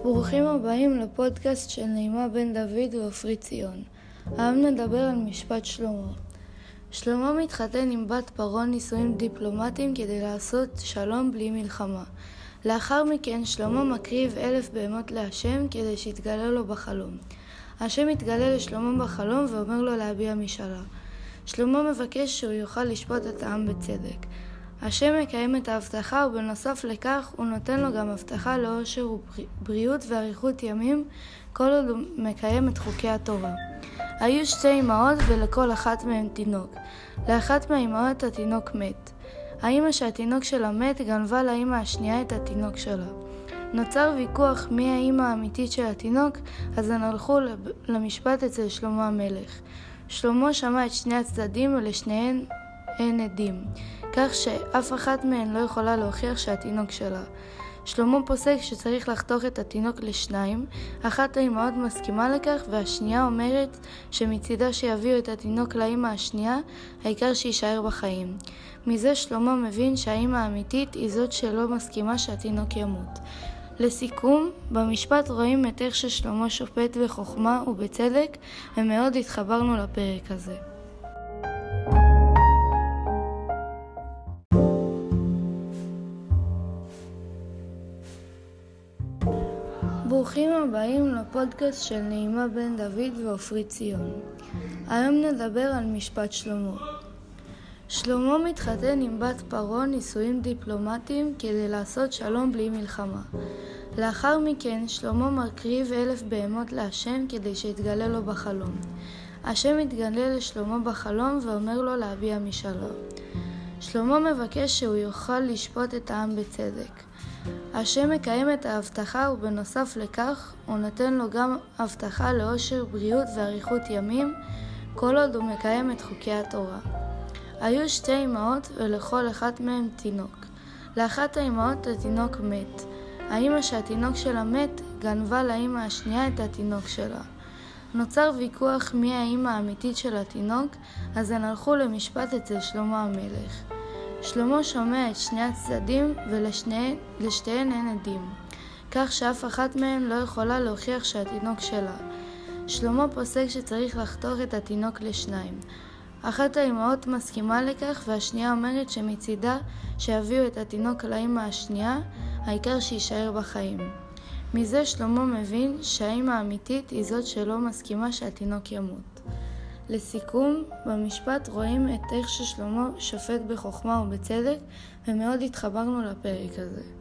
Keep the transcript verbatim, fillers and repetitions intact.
ברוכים הבאים לפודקאסט של נעימה בן דוד ועופרי ציון. היום נדבר על משפט שלמה. שלמה מתחתן עם בת פרעה נישואים דיפלומטיים כדי לעשות שלום בלי מלחמה. לאחר מכן שלמה מקריב אלף בהמות להשם כדי שיתגלה לו בחלום. השם מתגלה לשלמה בחלום ואומר לו להביע משאלה. שלמה מבקש שהוא יוכל לשפוט את העם בצדק. השם מקיים את ההבטחה, ובנוסף לכך הוא נותן לו גם הבטחה לאושר ובריאות ואריכות ימים כל עוד הוא מקיים את חוקי התורה. היו שתי אמהות ולכל אחת מהן תינוק. לאחת מהאמהות התינוק מת. האמא שהתינוק שלה מת גנבה לאמא השנייה את התינוק שלה. נוצר ויכוח מי האמא האמיתית של התינוק, אז הן הלכו למשפט אצל שלמה המלך. שלמה שמע את שני הצדדים ולשניהם אין עדים, כך שאף אחת מהן לא יכולה להוכיח שהתינוק שלה. שלמה פוסק שצריך לחתוך את התינוק לשניים, אחת האמהות מסכימה לכך והשנייה אומרת שמצידה שיביאו את התינוק לאמא השנייה, העיקר שישאר בחיים. מזה שלמה מבין שהאמא האמיתית היא זאת שלא מסכימה שהתינוק ימות. לסיכום, במשפט רואים את איך ששלמה שופט בחוכמה ובצדק, ומאוד התחברנו לפרק הזה. ברוכים הבאים לפודקאסט של נעימה בן דוד ועופרי ציון. היום נדבר על משפט שלמה. שלמה מתחתן עם בת פרעה נישואים דיפלומטיים כדי לעשות שלום בלי מלחמה. לאחר מכן שלמה מקריב אלף בהמות להשם כדי שיתגלה לו בחלום. השם מתגלה לשלמה בחלום ואומר לו להביע משאלה. שלמה מבקש שהוא יוכל לשפוט את העם בצדק. השם מקיים את ההבטחה, ובנוסף לכך הוא נותן לו גם הבטחה לאושר, בריאות ואריכות ימים כל עוד הוא מקיים את חוקי התורה. היו שתי אמהות ולכל אחת מהן תינוק. לאחת האמהות התינוק מת. האמא שהתינוק שלה מת גנבה לאמא השנייה את התינוק שלה. נוצר ויכוח מי האמא האמיתית של התינוק, אז הן הלכו למשפט אצל שלמה המלך. שלמה שומע את שני הצדדים ולשתיהן אין עדים, כך שאף אחת מהן לא יכולה להוכיח שהתינוק שלה. שלמה פוסק שצריך לחתוך את התינוק לשניים. אחת האמהות מסכימה לכך והשנייה אומרת שמצידה שיביאו את התינוק לאמא השנייה, העיקר שישאר בחיים. מזה שלמה מבין שהאמא האמיתית היא זאת שלא מסכימה שהתינוק ימות. לסיכום, במשפט רואים את איך ששלמה שופט בחוכמה ובצדק, ומאוד התחברנו לפרק הזה.